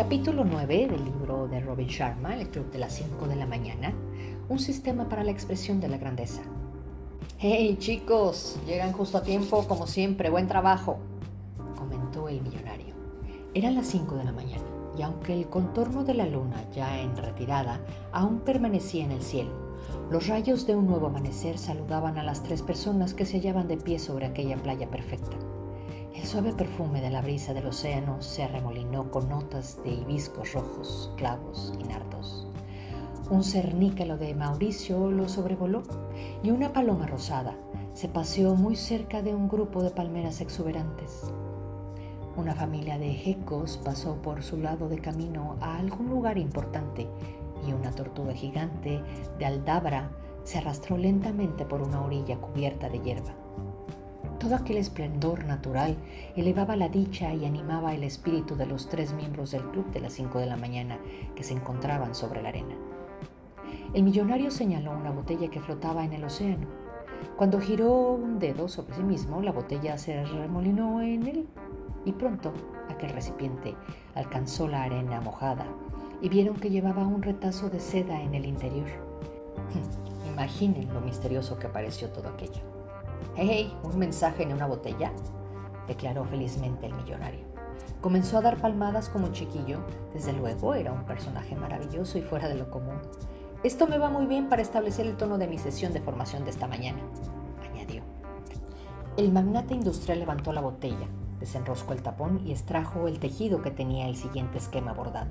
Capítulo 9 del libro de Robin Sharma, El Club de las 5 de la mañana, un sistema para la expresión de la grandeza. ¡Hey chicos! Llegan justo a tiempo, como siempre, buen trabajo, comentó el millonario. Eran las 5 de la mañana, y aunque el contorno de la luna, ya en retirada, aún permanecía en el cielo, los rayos de un nuevo amanecer saludaban a las 3 personas que se hallaban de pie sobre aquella playa perfecta. El suave perfume de la brisa del océano se arremolinó con notas de hibiscos rojos, clavos y nardos. Un cernícalo de Mauricio lo sobrevoló y una paloma rosada se paseó muy cerca de un grupo de palmeras exuberantes. Una familia de gecos pasó por su lado de camino a algún lugar importante y una tortuga gigante de aldabra se arrastró lentamente por una orilla cubierta de hierba. Todo aquel esplendor natural elevaba la dicha y animaba el espíritu de los 3 miembros del club de las 5 de la mañana que se encontraban sobre la arena. El millonario señaló una botella que flotaba en el océano. Cuando giró un dedo sobre sí mismo, la botella se remolinó en él y pronto aquel recipiente alcanzó la arena mojada y vieron que llevaba un retazo de seda en el interior. Imaginen lo misterioso que pareció todo aquello. ¡Hey! ¿Un mensaje en una botella?, declaró felizmente el millonario. Comenzó a dar palmadas como chiquillo. Desde luego era un personaje maravilloso y fuera de lo común. Esto me va muy bien para establecer el tono de mi sesión de formación de esta mañana, añadió. El magnate industrial levantó la botella, desenroscó el tapón y extrajo el tejido que tenía el siguiente esquema bordado.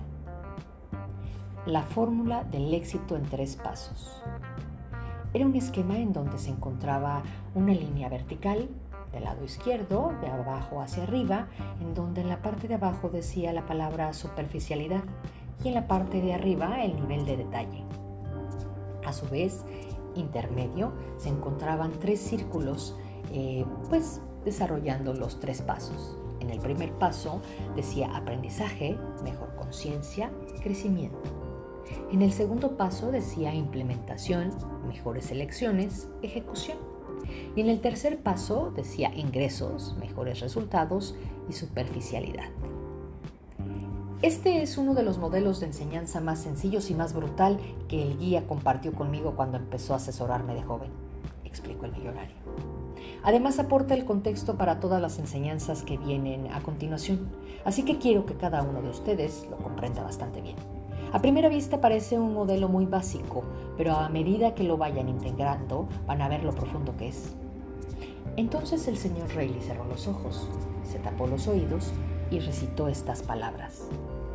La fórmula del éxito en 3 pasos. Era un esquema en donde se encontraba una línea vertical del lado izquierdo, de abajo hacia arriba, en donde en la parte de abajo decía la palabra superficialidad y en la parte de arriba el nivel de detalle. A su vez, intermedio, se encontraban 3 círculos, desarrollando los 3 pasos. En el primer paso decía aprendizaje, mejor conciencia, crecimiento. En el segundo paso decía implementación, mejores elecciones, ejecución. Y en el tercer paso decía ingresos, mejores resultados y superficialidad. Este es uno de los modelos de enseñanza más sencillos y más brutal que el guía compartió conmigo cuando empezó a asesorarme de joven, explicó el millonario. Además aporta el contexto para todas las enseñanzas que vienen a continuación, así que quiero que cada uno de ustedes lo comprenda bastante bien. A primera vista parece un modelo muy básico, pero a medida que lo vayan integrando van a ver lo profundo que es. Entonces el señor Reilly cerró los ojos, se tapó los oídos y recitó estas palabras.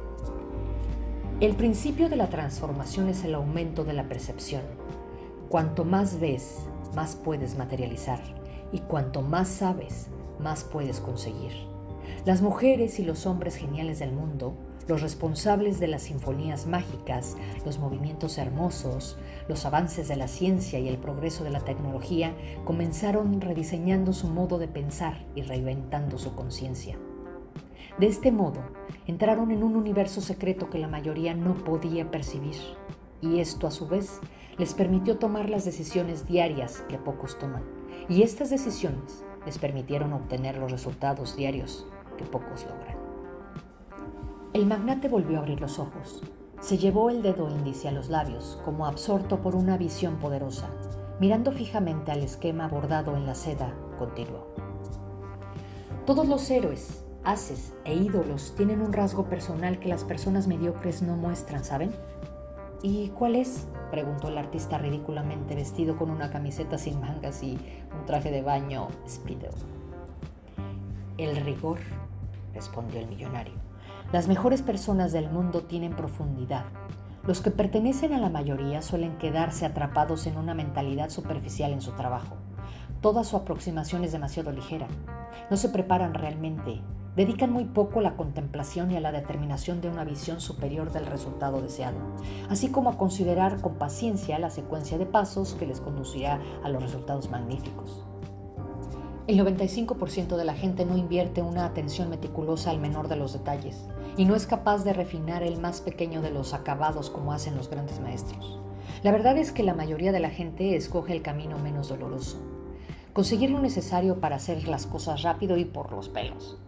El principio de la transformación es el aumento de la percepción. Cuanto más ves, más puedes materializar, y cuanto más sabes, más puedes conseguir. Las mujeres y los hombres geniales del mundo, los responsables de las sinfonías mágicas, los movimientos hermosos, los avances de la ciencia y el progreso de la tecnología, comenzaron rediseñando su modo de pensar y reinventando su conciencia. De este modo, entraron en un universo secreto que la mayoría no podía percibir, y esto a su vez les permitió tomar las decisiones diarias que pocos toman, y estas decisiones les permitieron obtener los resultados diarios que pocos logran. El magnate volvió a abrir los ojos. Se llevó el dedo índice a los labios, como absorto por una visión poderosa. Mirando fijamente al esquema bordado en la seda, continuó. Todos los héroes, haces e ídolos tienen un rasgo personal que las personas mediocres no muestran, ¿saben? ¿Y cuál es?, preguntó el artista ridículamente vestido con una camiseta sin mangas y un traje de baño Speedo. El rigor, respondió el millonario. Las mejores personas del mundo tienen profundidad. Los que pertenecen a la mayoría suelen quedarse atrapados en una mentalidad superficial en su trabajo. Toda su aproximación es demasiado ligera. No se preparan realmente. Dedican muy poco a la contemplación y a la determinación de una visión superior del resultado deseado, así como a considerar con paciencia la secuencia de pasos que les conducirá a los resultados magníficos. El 95% de la gente no invierte una atención meticulosa al menor de los detalles y no es capaz de refinar el más pequeño de los acabados como hacen los grandes maestros. La verdad es que la mayoría de la gente escoge el camino menos doloroso, conseguir lo necesario para hacer las cosas rápido y por los pelos.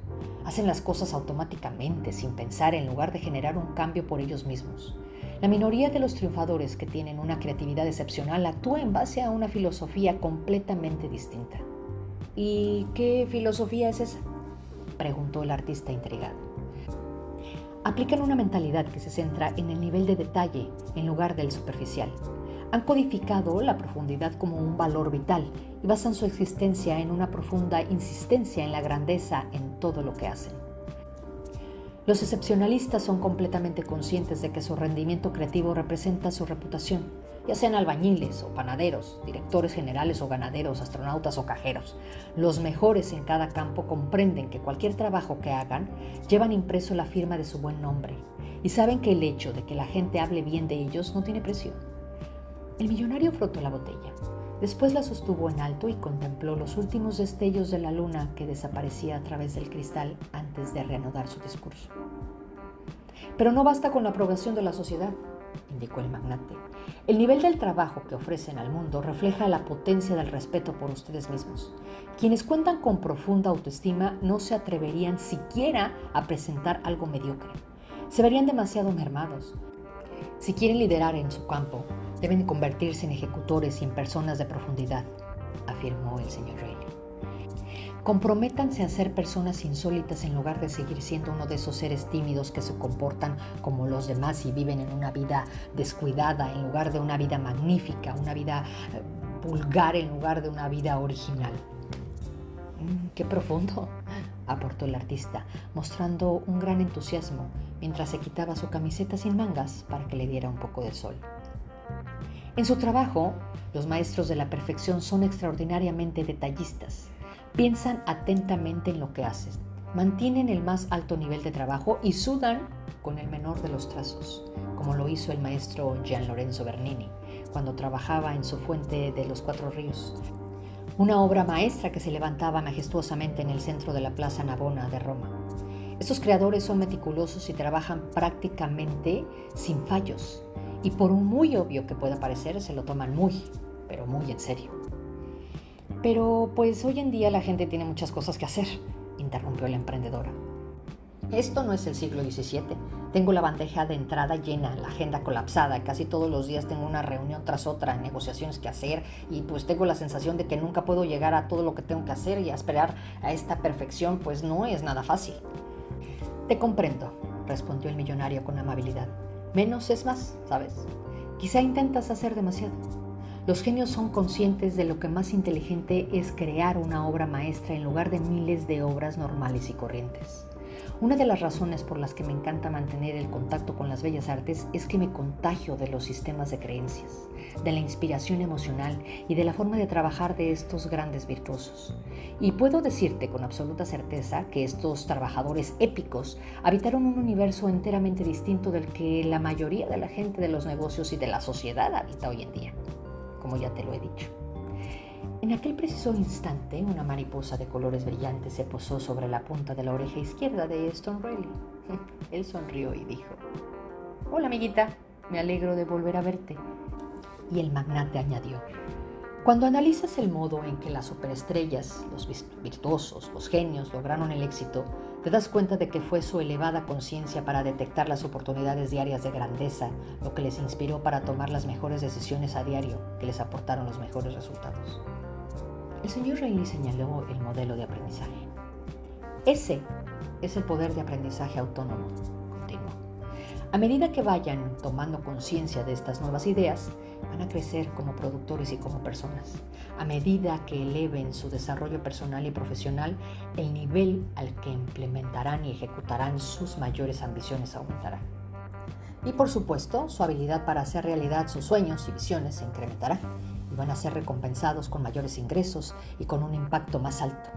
Hacen las cosas automáticamente, sin pensar, en lugar de generar un cambio por ellos mismos. La minoría de los triunfadores que tienen una creatividad excepcional actúa en base a una filosofía completamente distinta. ¿Y qué filosofía es esa?, preguntó el artista intrigado. Aplican una mentalidad que se centra en el nivel de detalle en lugar del superficial. Han codificado la profundidad como un valor vital y basan su existencia en una profunda insistencia en la grandeza en todo lo que hacen. Los excepcionalistas son completamente conscientes de que su rendimiento creativo representa su reputación, ya sean albañiles o panaderos, directores generales o ganaderos, astronautas o cajeros. Los mejores en cada campo comprenden que cualquier trabajo que hagan llevan impreso la firma de su buen nombre y saben que el hecho de que la gente hable bien de ellos no tiene precio. El millonario frotó la botella, después la sostuvo en alto y contempló los últimos destellos de la luna que desaparecía a través del cristal antes de reanudar su discurso. Pero no basta con la aprobación de la sociedad, indicó el magnate. El nivel del trabajo que ofrecen al mundo refleja la potencia del respeto por ustedes mismos. Quienes cuentan con profunda autoestima no se atreverían siquiera a presentar algo mediocre. Se verían demasiado mermados. Si quieren liderar en su campo, deben convertirse en ejecutores y en personas de profundidad, afirmó el señor Reilly. Comprométanse a ser personas insólitas en lugar de seguir siendo uno de esos seres tímidos que se comportan como los demás y viven en una vida descuidada en lugar de una vida magnífica, una vida vulgar en lugar de una vida original. ¡Qué profundo!, aportó el artista, mostrando un gran entusiasmo mientras se quitaba su camiseta sin mangas para que le diera un poco de sol. En su trabajo, los maestros de la perfección son extraordinariamente detallistas. Piensan atentamente en lo que hacen, mantienen el más alto nivel de trabajo y sudan con el menor de los trazos, como lo hizo el maestro Gian Lorenzo Bernini cuando trabajaba en su Fuente de los Cuatro Ríos, una obra maestra que se levantaba majestuosamente en el centro de la Plaza Navona de Roma. Estos creadores son meticulosos y trabajan prácticamente sin fallos, y por muy obvio que pueda parecer, se lo toman muy, pero muy en serio. Pero pues hoy en día la gente tiene muchas cosas que hacer, interrumpió la emprendedora. Esto no es el siglo XVII. Tengo la bandeja de entrada llena, la agenda colapsada, casi todos los días tengo una reunión tras otra, negociaciones que hacer y pues tengo la sensación de que nunca puedo llegar a todo lo que tengo que hacer y aspirar a esta perfección, pues no es nada fácil. Te comprendo, respondió el millonario con amabilidad. Menos es más, ¿sabes? Quizá intentas hacer demasiado. Los genios son conscientes de lo que más inteligente es crear una obra maestra en lugar de miles de obras normales y corrientes. Una de las razones por las que me encanta mantener el contacto con las bellas artes es que me contagio de los sistemas de creencias, de la inspiración emocional y de la forma de trabajar de estos grandes virtuosos. Y puedo decirte con absoluta certeza que estos trabajadores épicos habitaron un universo enteramente distinto del que la mayoría de la gente de los negocios y de la sociedad habita hoy en día, como ya te lo he dicho. En aquel preciso instante, una mariposa de colores brillantes se posó sobre la punta de la oreja izquierda de Stone Reilly. Él sonrió y dijo: «Hola, amiguita, me alegro de volver a verte». Y el magnate añadió: «Cuando analizas el modo en que las superestrellas, los virtuosos, los genios lograron el éxito, te das cuenta de que fue su elevada conciencia para detectar las oportunidades diarias de grandeza lo que les inspiró para tomar las mejores decisiones a diario que les aportaron los mejores resultados». El señor Reilly señaló el modelo de aprendizaje. Ese es el poder de aprendizaje autónomo, continuó. A medida que vayan tomando conciencia de estas nuevas ideas, van a crecer como productores y como personas. A medida que eleven su desarrollo personal y profesional, el nivel al que implementarán y ejecutarán sus mayores ambiciones aumentará. Y por supuesto, su habilidad para hacer realidad sus sueños y visiones se incrementará y van a ser recompensados con mayores ingresos y con un impacto más alto.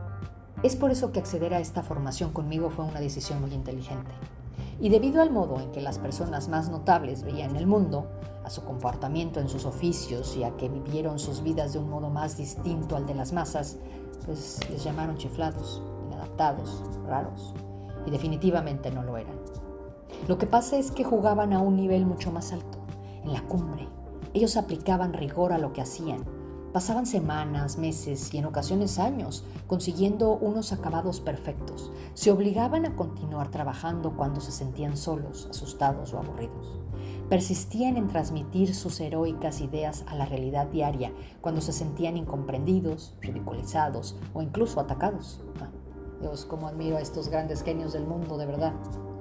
Es por eso que acceder a esta formación conmigo fue una decisión muy inteligente. Y debido al modo en que las personas más notables veían el mundo, a su comportamiento en sus oficios y a que vivieron sus vidas de un modo más distinto al de las masas, pues les llamaron chiflados, inadaptados, raros, y definitivamente no lo eran. Lo que pasa es que jugaban a un nivel mucho más alto, en la cumbre. Ellos aplicaban rigor a lo que hacían, Pasaban semanas, meses y en ocasiones años consiguiendo unos acabados perfectos. Se obligaban a continuar trabajando cuando se sentían solos, asustados o aburridos. Persistían en transmitir sus heroicas ideas a la realidad diaria cuando se sentían incomprendidos, ridiculizados o incluso atacados. Dios, cómo admiro a estos grandes genios del mundo, de verdad.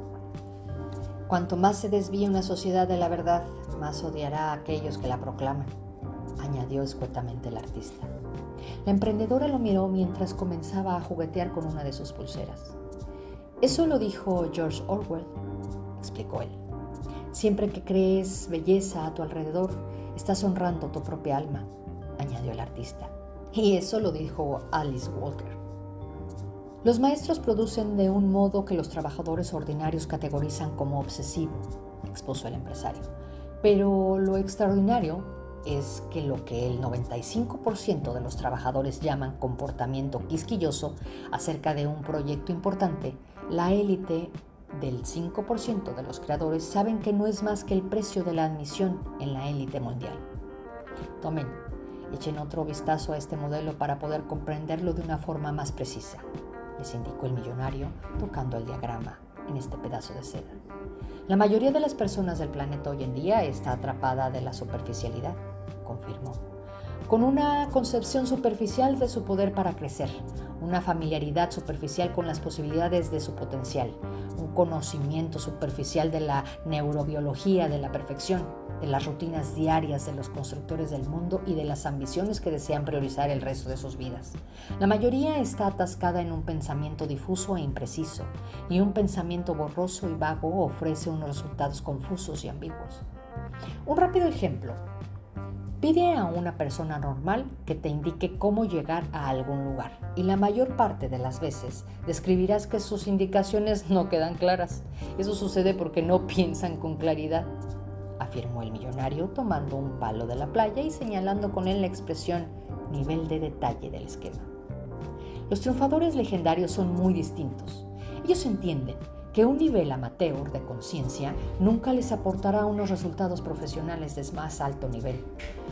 Cuanto más se desvíe una sociedad de la verdad, más odiará a aquellos que la proclaman, añadió escuetamente el artista. La emprendedora lo miró mientras comenzaba a juguetear con una de sus pulseras. Eso lo dijo George Orwell, explicó él. Siempre que crees belleza a tu alrededor, estás honrando tu propia alma, añadió el artista. Y eso lo dijo Alice Walker. Los maestros producen de un modo que los trabajadores ordinarios categorizan como obsesivo, expuso el empresario. Pero lo extraordinario es que lo que el 95% de los trabajadores llaman comportamiento quisquilloso acerca de un proyecto importante, la élite del 5% de los creadores saben que no es más que el precio de la admisión en la élite mundial. Tomen, echen otro vistazo a este modelo para poder comprenderlo de una forma más precisa, les indicó el millonario tocando el diagrama en este pedazo de seda. La mayoría de las personas del planeta hoy en día está atrapada de la superficialidad, confirmó, con una concepción superficial de su poder para crecer, una familiaridad superficial con las posibilidades de su potencial, un conocimiento superficial de la neurobiología de la perfección, de las rutinas diarias de los constructores del mundo y de las ambiciones que desean priorizar el resto de sus vidas. La mayoría está atascada en un pensamiento difuso e impreciso, y un pensamiento borroso y vago ofrece unos resultados confusos y ambiguos. Un rápido ejemplo. Pide a una persona normal que te indique cómo llegar a algún lugar y la mayor parte de las veces describirás que sus indicaciones no quedan claras. Eso sucede porque no piensan con claridad, afirmó el millonario tomando un palo de la playa y señalando con él la expresión nivel de detalle del esquema. Los triunfadores legendarios son muy distintos. Ellos entienden que un nivel amateur de conciencia nunca les aportará unos resultados profesionales de más alto nivel.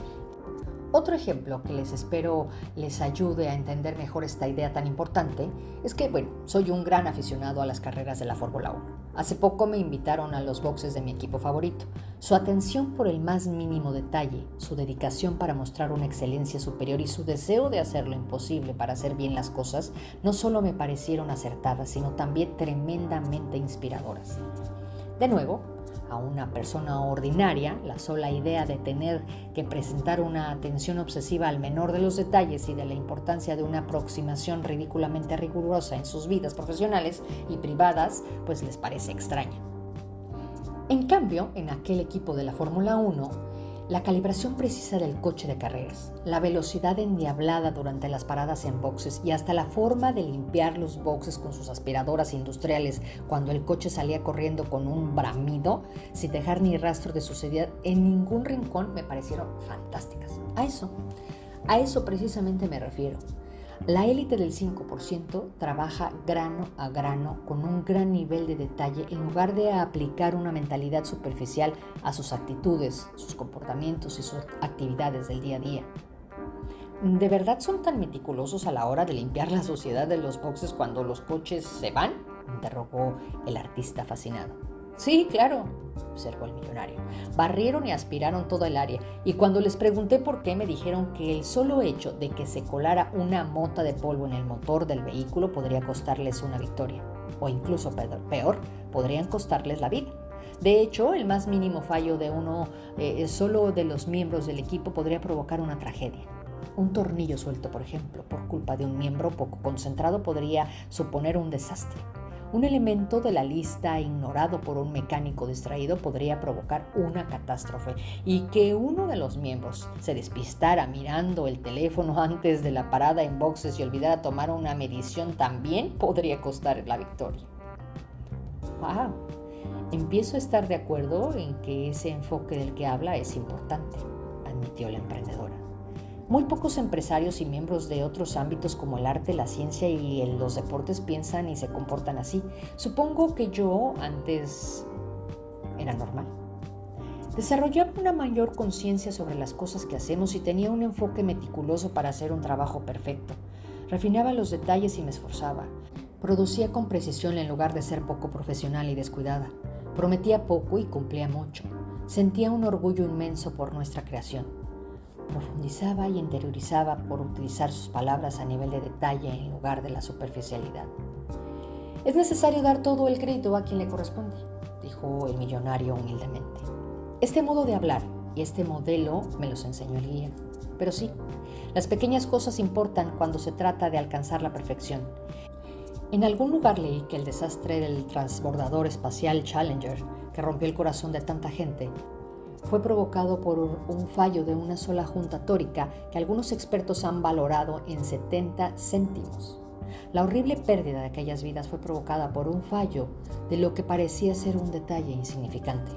Otro ejemplo que espero les ayude a entender mejor esta idea tan importante es que, soy un gran aficionado a las carreras de la Fórmula 1. Hace poco me invitaron a los boxes de mi equipo favorito. Su atención por el más mínimo detalle, su dedicación para mostrar una excelencia superior y su deseo de hacer lo imposible para hacer bien las cosas no solo me parecieron acertadas, sino también tremendamente inspiradoras. De nuevo, a una persona ordinaria, la sola idea de tener que presentar una atención obsesiva al menor de los detalles y de la importancia de una aproximación ridículamente rigurosa en sus vidas profesionales y privadas, pues les parece extraña. En cambio, en aquel equipo de la Fórmula 1, la calibración precisa del coche de carreras, la velocidad endiablada durante las paradas en boxes y hasta la forma de limpiar los boxes con sus aspiradoras industriales cuando el coche salía corriendo con un bramido, sin dejar ni rastro de suciedad en ningún rincón, me parecieron fantásticas. A eso precisamente me refiero. La élite del 5% trabaja grano a grano con un gran nivel de detalle en lugar de aplicar una mentalidad superficial a sus actitudes, sus comportamientos y sus actividades del día a día. ¿De verdad son tan meticulosos a la hora de limpiar la suciedad de los boxes cuando los coches se van?, interrogó el artista fascinado. Sí, claro, observó el millonario. Barrieron y aspiraron todo el área, y cuando les pregunté por qué me dijeron que el solo hecho de que se colara una mota de polvo en el motor del vehículo podría costarles una victoria, o incluso peor, podrían costarles la vida. De hecho, el más mínimo fallo de uno solo de los miembros del equipo podría provocar una tragedia. Un tornillo suelto, por ejemplo, por culpa de un miembro poco concentrado podría suponer un desastre. Un elemento de la lista ignorado por un mecánico distraído podría provocar una catástrofe, y que uno de los miembros se despistara mirando el teléfono antes de la parada en boxes y olvidara tomar una medición también podría costar la victoria. ¡Wow! Empiezo a estar de acuerdo en que ese enfoque del que habla es importante, admitió la emprendedora. Muy pocos empresarios y miembros de otros ámbitos como el arte, la ciencia y los deportes piensan y se comportan así. Supongo que yo antes era normal. Desarrollaba una mayor conciencia sobre las cosas que hacemos y tenía un enfoque meticuloso para hacer un trabajo perfecto. Refinaba los detalles y me esforzaba. Producía con precisión en lugar de ser poco profesional y descuidada. Prometía poco y cumplía mucho. Sentía un orgullo inmenso por nuestra creación. Profundizaba y interiorizaba por utilizar sus palabras a nivel de detalle en lugar de la superficialidad. Es necesario dar todo el crédito a quien le corresponde, dijo el millonario humildemente. Este modo de hablar y este modelo me los enseñó el guía. Pero sí, las pequeñas cosas importan cuando se trata de alcanzar la perfección. En algún lugar leí que el desastre del transbordador espacial Challenger, que rompió el corazón de tanta gente, fue provocado por un fallo de una sola junta tórica que algunos expertos han valorado en 70 céntimos. La horrible pérdida de aquellas vidas fue provocada por un fallo de lo que parecía ser un detalle insignificante.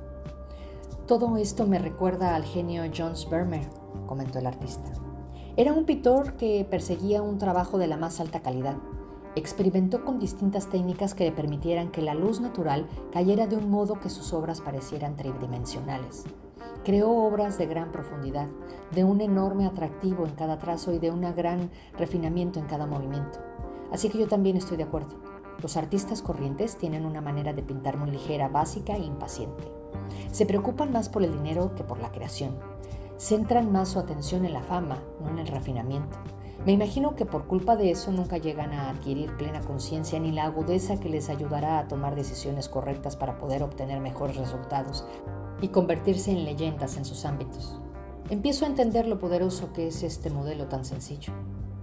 Todo esto me recuerda al genio John Vermeer, comentó el artista. Era un pintor que perseguía un trabajo de la más alta calidad. Experimentó con distintas técnicas que le permitieran que la luz natural cayera de un modo que sus obras parecieran tridimensionales. Creó obras de gran profundidad, de un enorme atractivo en cada trazo y de un gran refinamiento en cada movimiento. Así que yo también estoy de acuerdo. Los artistas corrientes tienen una manera de pintar muy ligera, básica e impaciente. Se preocupan más por el dinero que por la creación. Centran más su atención en la fama, no en el refinamiento. Me imagino que por culpa de eso nunca llegan a adquirir plena conciencia ni la agudeza que les ayudará a tomar decisiones correctas para poder obtener mejores resultados y convertirse en leyendas en sus ámbitos. Empiezo a entender lo poderoso que es este modelo tan sencillo.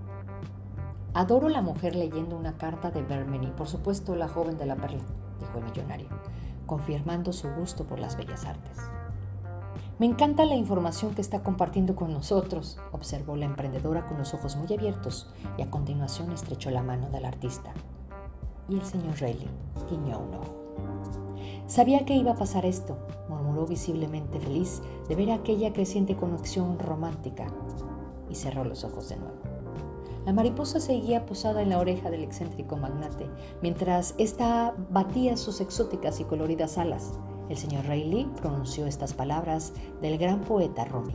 Adoro la mujer leyendo una carta de Vermeer y por supuesto la joven de la perla, dijo el millonario, confirmando su gusto por las bellas artes. Me encanta la información que está compartiendo con nosotros, observó la emprendedora con los ojos muy abiertos y a continuación estrechó la mano del artista. Y el señor Reilly guiñó un ojo. Sabía que iba a pasar esto, murmuró visiblemente feliz de ver aquella creciente conexión romántica y cerró los ojos de nuevo. La mariposa seguía posada en la oreja del excéntrico magnate mientras ésta batía sus exóticas y coloridas alas. El señor Reilly pronunció estas palabras del gran poeta Rumi.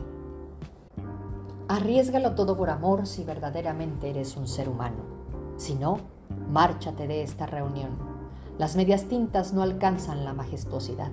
Arriésgalo todo por amor si verdaderamente eres un ser humano. Si no, márchate de esta reunión. Las medias tintas no alcanzan la majestuosidad.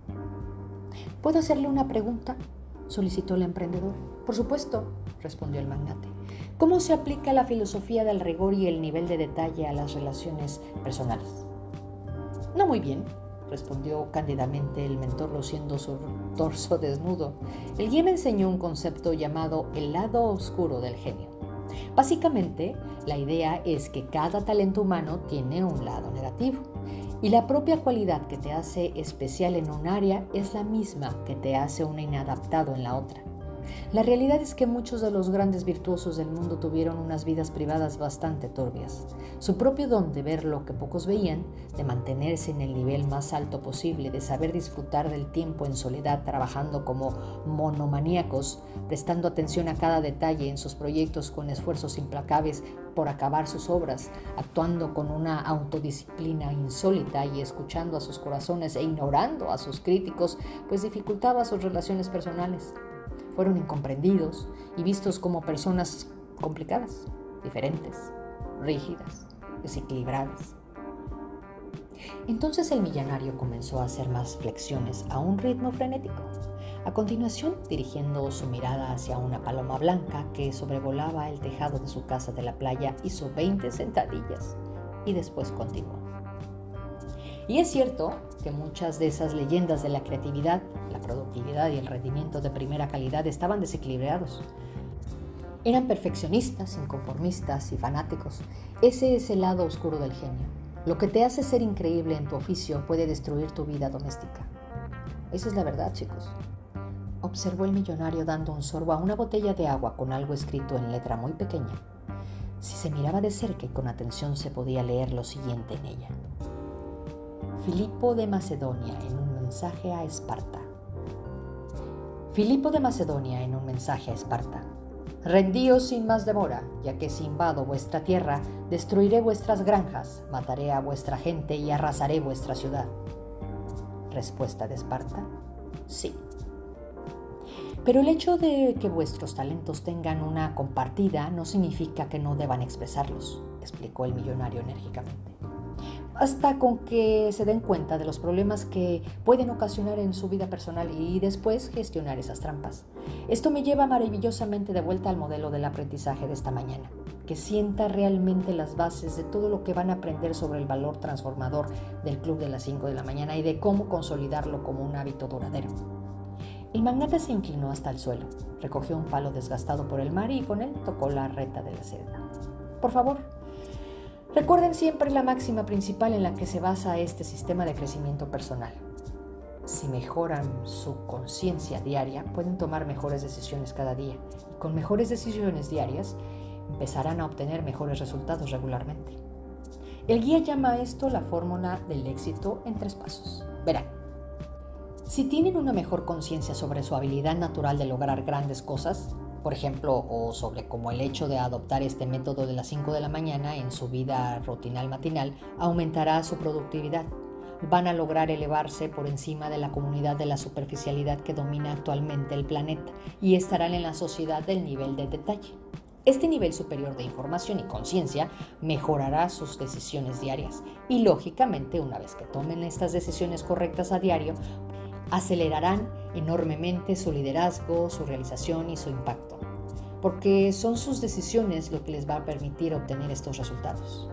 ¿Puedo hacerle una pregunta?, solicitó el emprendedor. Por supuesto, respondió el magnate. ¿Cómo se aplica la filosofía del rigor y el nivel de detalle a las relaciones personales? No muy bien, respondió cándidamente el mentor luciendo su torso desnudo. El guía me enseñó un concepto llamado el lado oscuro del genio. Básicamente, la idea es que cada talento humano tiene un lado negativo y la propia cualidad que te hace especial en un área es la misma que te hace un inadaptado en la otra. La realidad es que muchos de los grandes virtuosos del mundo tuvieron unas vidas privadas bastante turbias. Su propio don de ver lo que pocos veían, de mantenerse en el nivel más alto posible, de saber disfrutar del tiempo en soledad trabajando como monomaníacos, prestando atención a cada detalle en sus proyectos con esfuerzos implacables por acabar sus obras, actuando con una autodisciplina insólita y escuchando a sus corazones e ignorando a sus críticos, pues dificultaba sus relaciones personales. Fueron incomprendidos y vistos como personas complicadas, diferentes, rígidas, desequilibradas. Entonces el millonario comenzó a hacer más flexiones a un ritmo frenético. A continuación, dirigiendo su mirada hacia una paloma blanca que sobrevolaba el tejado de su casa de la playa, hizo 20 sentadillas y después continuó. Y es cierto que muchas de esas leyendas de la creatividad, la productividad y el rendimiento de primera calidad estaban desequilibrados. Eran perfeccionistas, inconformistas y fanáticos. Ese es el lado oscuro del genio. Lo que te hace ser increíble en tu oficio puede destruir tu vida doméstica. Esa es la verdad, chicos. Observó el millonario dando un sorbo a una botella de agua con algo escrito en letra muy pequeña. Si se miraba de cerca y con atención se podía leer lo siguiente en ella. Filipo de Macedonia en un mensaje a Esparta. Filipo de Macedonia en un mensaje a Esparta. Rendíos sin más demora, ya que si invado vuestra tierra, destruiré vuestras granjas, mataré a vuestra gente y arrasaré vuestra ciudad. Respuesta de Esparta: sí. Pero el hecho de que vuestros talentos tengan una compartida no significa que no deban expresarlos, explicó el millonario enérgicamente. Basta con que se den cuenta de los problemas que pueden ocasionar en su vida personal y después gestionar esas trampas. Esto me lleva maravillosamente de vuelta al modelo del aprendizaje de esta mañana, que sienta realmente las bases de todo lo que van a aprender sobre el valor transformador del club de las 5 de la mañana y de cómo consolidarlo como un hábito duradero. El magnate se inclinó hasta el suelo, recogió un palo desgastado por el mar y con él tocó la reta de la celda. Por favor, recuerden siempre la máxima principal en la que se basa este sistema de crecimiento personal. Si mejoran su conciencia diaria, pueden tomar mejores decisiones cada día y con mejores decisiones diarias empezarán a obtener mejores resultados regularmente. El guía llama a esto la fórmula del éxito en 3 pasos. Verán, si tienen una mejor conciencia sobre su habilidad natural de lograr grandes cosas, por ejemplo, o sobre cómo el hecho de adoptar este método de las 5 de la mañana en su vida rutinal matinal aumentará su productividad. Van a lograr elevarse por encima de la comunidad de la superficialidad que domina actualmente el planeta y estarán en la sociedad del nivel de detalle. Este nivel superior de información y conciencia mejorará sus decisiones diarias y, lógicamente, una vez que tomen estas decisiones correctas a diario, acelerarán enormemente su liderazgo, su realización y su impacto, porque son sus decisiones lo que les va a permitir obtener estos resultados.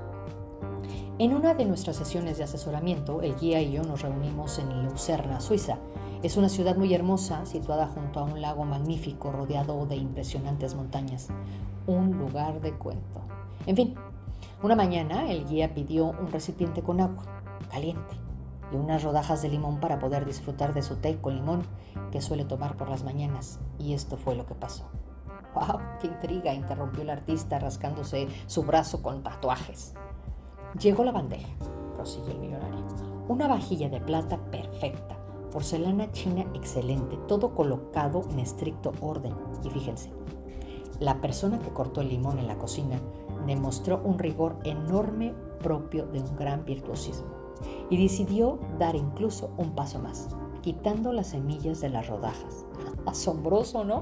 En una de nuestras sesiones de asesoramiento, el guía y yo nos reunimos en Lucerna, Suiza. Es una ciudad muy hermosa, situada junto a un lago magnífico rodeado de impresionantes montañas. Un lugar de cuento. En fin, una mañana el guía pidió un recipiente con agua caliente y unas rodajas de limón para poder disfrutar de su té con limón que suele tomar por las mañanas. Y esto fue lo que pasó. ¡Wow! ¡Qué intriga!, interrumpió el artista rascándose su brazo con tatuajes. Llegó la bandeja, prosiguió el millonario. Una vajilla de plata perfecta, porcelana china excelente, todo colocado en estricto orden. Y fíjense, la persona que cortó el limón en la cocina demostró un rigor enorme propio de un gran virtuosismo y decidió dar incluso un paso más, quitando las semillas de las rodajas. Asombroso, ¿no?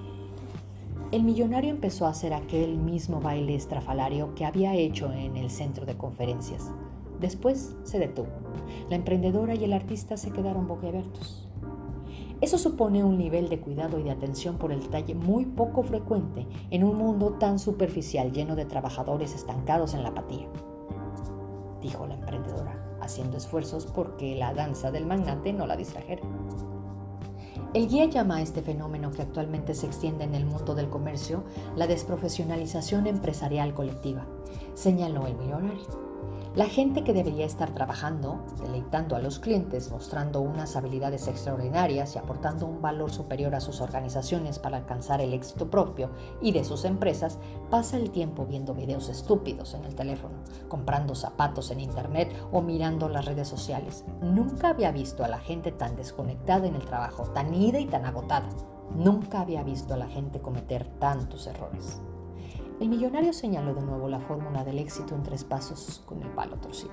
El millonario empezó a hacer aquel mismo baile estrafalario que había hecho en el centro de conferencias. Después se detuvo. La emprendedora y el artista se quedaron boquiabiertos. Eso supone un nivel de cuidado y de atención por el detalle muy poco frecuente en un mundo tan superficial, lleno de trabajadores estancados en la apatía, dijo la emprendedora, haciendo esfuerzos porque la danza del magnate no la distrajera. El guía llama a este fenómeno que actualmente se extiende en el mundo del comercio la desprofesionalización empresarial colectiva, señaló el millonario. La gente que debería estar trabajando, deleitando a los clientes, mostrando unas habilidades extraordinarias y aportando un valor superior a sus organizaciones para alcanzar el éxito propio y de sus empresas, pasa el tiempo viendo videos estúpidos en el teléfono, comprando zapatos en internet o mirando las redes sociales. Nunca había visto a la gente tan desconectada en el trabajo, tan ida y tan agotada. Nunca había visto a la gente cometer tantos errores. El millonario señaló de nuevo la fórmula del éxito en 3 pasos con el palo torcido.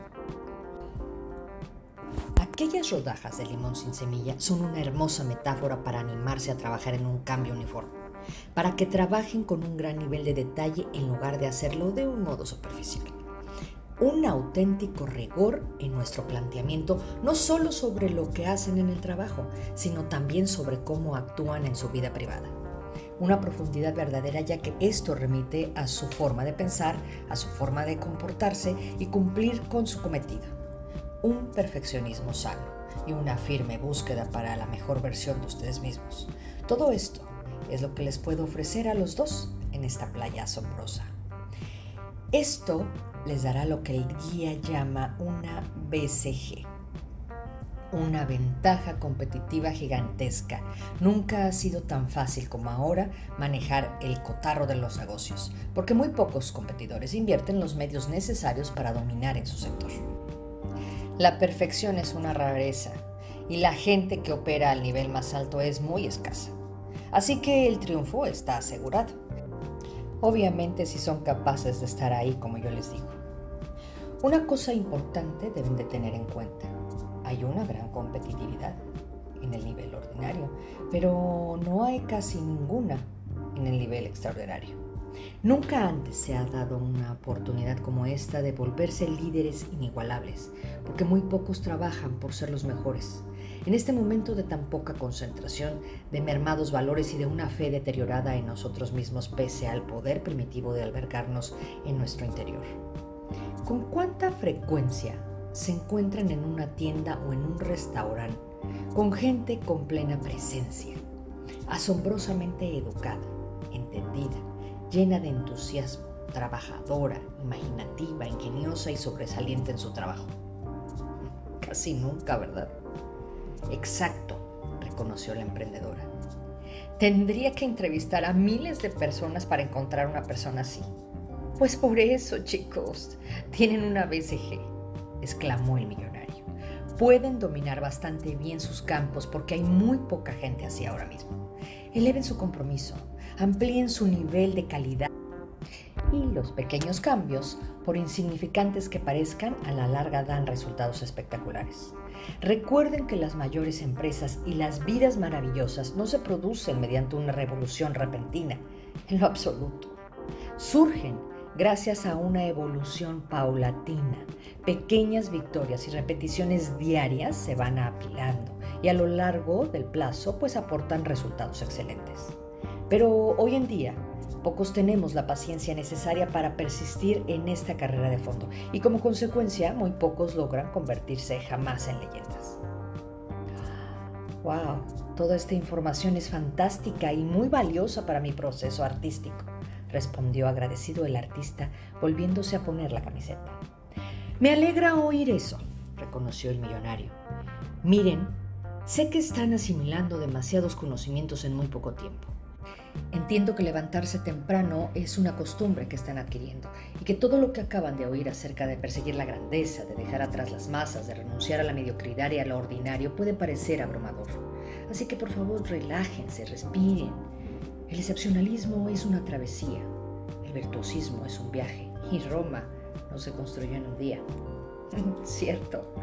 Aquellas rodajas de limón sin semilla son una hermosa metáfora para animarse a trabajar en un cambio uniforme, para que trabajen con un gran nivel de detalle en lugar de hacerlo de un modo superficial. Un auténtico rigor en nuestro planteamiento, no solo sobre lo que hacen en el trabajo, sino también sobre cómo actúan en su vida privada. Una profundidad verdadera, ya que esto remite a su forma de pensar, a su forma de comportarse y cumplir con su cometido. Un perfeccionismo sano y una firme búsqueda para la mejor versión de ustedes mismos. Todo esto es lo que les puedo ofrecer a los dos en esta playa asombrosa. Esto les dará lo que el guía llama una BCG. Una ventaja competitiva gigantesca. Nunca ha sido tan fácil como ahora manejar el cotarro de los negocios, porque muy pocos competidores invierten los medios necesarios para dominar en su sector. La perfección es una rareza y la gente que opera al nivel más alto es muy escasa. Así que el triunfo está asegurado. Obviamente si son capaces de estar ahí como yo les digo. Una cosa importante deben de tener en cuenta. Hay una gran competitividad. en el nivel ordinario, pero no hay casi ninguna en el nivel extraordinario. Nunca antes se ha dado una oportunidad como esta de volverse líderes inigualables, porque muy pocos trabajan por ser los mejores. En este momento de tan poca concentración, de mermados valores y de una fe deteriorada en nosotros mismos pese al poder primitivo de albergarnos en nuestro interior. ¿Con cuánta frecuencia se encuentran en una tienda o en un restaurante con gente con plena presencia, asombrosamente educada, entendida, llena de entusiasmo, trabajadora, imaginativa, ingeniosa y sobresaliente en su trabajo? Casi nunca, ¿verdad? Exacto, reconoció la emprendedora. Tendría que entrevistar a miles de personas para encontrar una persona así. Pues por eso, chicos, tienen una BCG, exclamó el millonario. Pueden dominar bastante bien sus campos porque hay muy poca gente así ahora mismo. Eleven su compromiso, amplíen su nivel de calidad y los pequeños cambios, por insignificantes que parezcan, a la larga dan resultados espectaculares. Recuerden que las mayores empresas y las vidas maravillosas no se producen mediante una revolución repentina, en lo absoluto. Surgen gracias a una evolución paulatina. Pequeñas victorias y repeticiones diarias se van apilando y a lo largo del plazo pues aportan resultados excelentes. Pero hoy en día pocos tenemos la paciencia necesaria para persistir en esta carrera de fondo y como consecuencia muy pocos logran convertirse jamás en leyendas. ¡Wow! Toda esta información es fantástica y muy valiosa para mi proceso artístico, respondió agradecido el artista volviéndose a poner la camiseta. Me alegra oír eso, reconoció el millonario. Miren, sé que están asimilando demasiados conocimientos en muy poco tiempo. Entiendo que levantarse temprano es una costumbre que están adquiriendo y que todo lo que acaban de oír acerca de perseguir la grandeza, de dejar atrás las masas, de renunciar a la mediocridad y a lo ordinario puede parecer abrumador. Así que por favor relájense, respiren. El excepcionalismo es una travesía, el virtuosismo es un viaje y Roma no se construyó en un día. Cierto,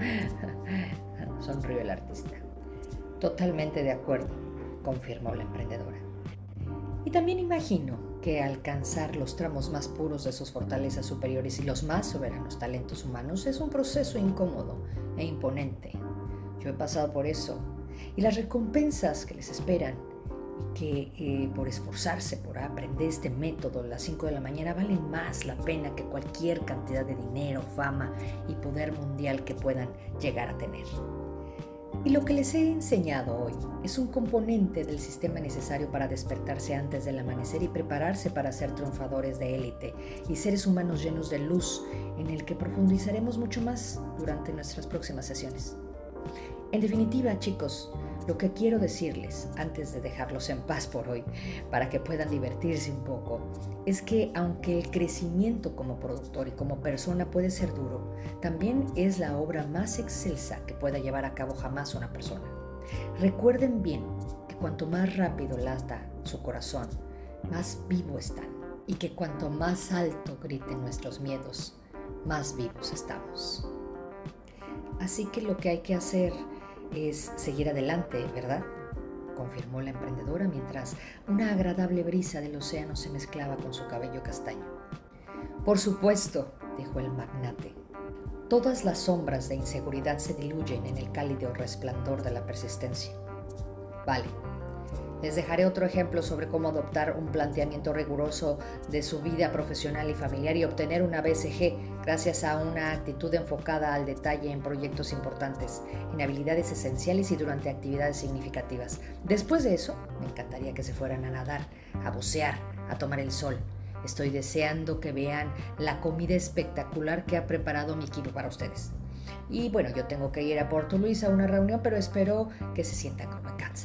sonrió el artista. Totalmente de acuerdo, confirmó la emprendedora. Y también imagino que alcanzar los tramos más puros de sus fortalezas superiores y los más soberanos talentos humanos es un proceso incómodo e imponente. Yo he pasado por eso y las recompensas que les esperan y que por esforzarse por aprender este método a las 5 de la mañana valen más la pena que cualquier cantidad de dinero, fama y poder mundial que puedan llegar a tener. Y lo que les he enseñado hoy es un componente del sistema necesario para despertarse antes del amanecer y prepararse para ser triunfadores de élite y seres humanos llenos de luz, en el que profundizaremos mucho más durante nuestras próximas sesiones. En definitiva, chicos, lo que quiero decirles, antes de dejarlos en paz por hoy, para que puedan divertirse un poco, es que aunque el crecimiento como productor y como persona puede ser duro, también es la obra más excelsa que pueda llevar a cabo jamás una persona. Recuerden bien que cuanto más rápido lata su corazón, más vivo están, y que cuanto más alto griten nuestros miedos, más vivos estamos. Así que lo que hay que hacer es seguir adelante, ¿verdad?, confirmó la emprendedora mientras una agradable brisa del océano se mezclaba con su cabello castaño. Por supuesto, dijo el magnate. Todas las sombras de inseguridad se diluyen en el cálido resplandor de la persistencia. Vale. Les dejaré otro ejemplo sobre cómo adoptar un planteamiento riguroso de su vida profesional y familiar y obtener una BCG gracias a una actitud enfocada al detalle en proyectos importantes, en habilidades esenciales y durante actividades significativas. Después de eso, me encantaría que se fueran a nadar, a bucear, a tomar el sol. Estoy deseando que vean la comida espectacular que ha preparado mi equipo para ustedes. Y bueno, yo tengo que ir a Puerto Luis a una reunión, pero espero que se sientan como en casa.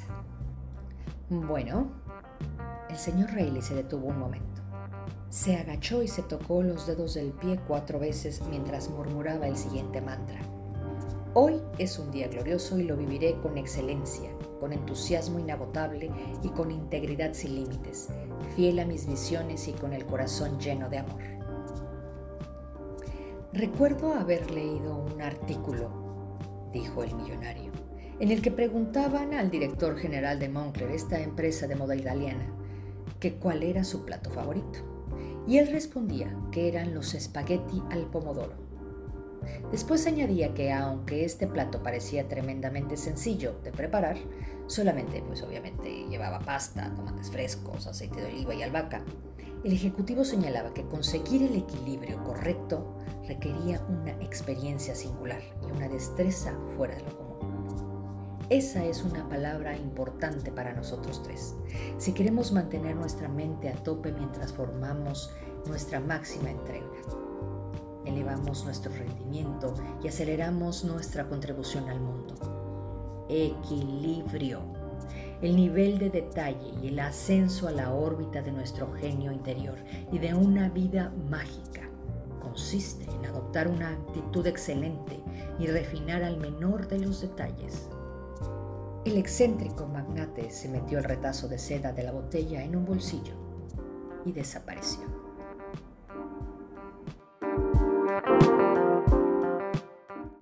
Bueno, el señor Reilly se detuvo un momento. Se agachó y se tocó los dedos del pie 4 veces mientras murmuraba el siguiente mantra. Hoy es un día glorioso y lo viviré con excelencia, con entusiasmo inagotable y con integridad sin límites, fiel a mis visiones y con el corazón lleno de amor. Recuerdo haber leído un artículo, dijo el millonario, en el que preguntaban al director general de Moncler, esta empresa de moda italiana, que cuál era su plato favorito. Y él respondía que eran los espagueti al pomodoro. Después añadía que aunque este plato parecía tremendamente sencillo de preparar, solamente pues obviamente llevaba pasta, tomates frescos, aceite de oliva y albahaca, el ejecutivo señalaba que conseguir el equilibrio correcto requería una experiencia singular y una destreza fuera de lo común. Esa es una palabra importante para nosotros tres. Si queremos mantener nuestra mente a tope mientras formamos nuestra máxima entrega, elevamos nuestro rendimiento y aceleramos nuestra contribución al mundo. Equilibrio. El nivel de detalle y el ascenso a la órbita de nuestro genio interior y de una vida mágica consiste en adoptar una actitud excelente y refinar al menor de los detalles. El excéntrico magnate se metió el retazo de seda de la botella en un bolsillo y desapareció.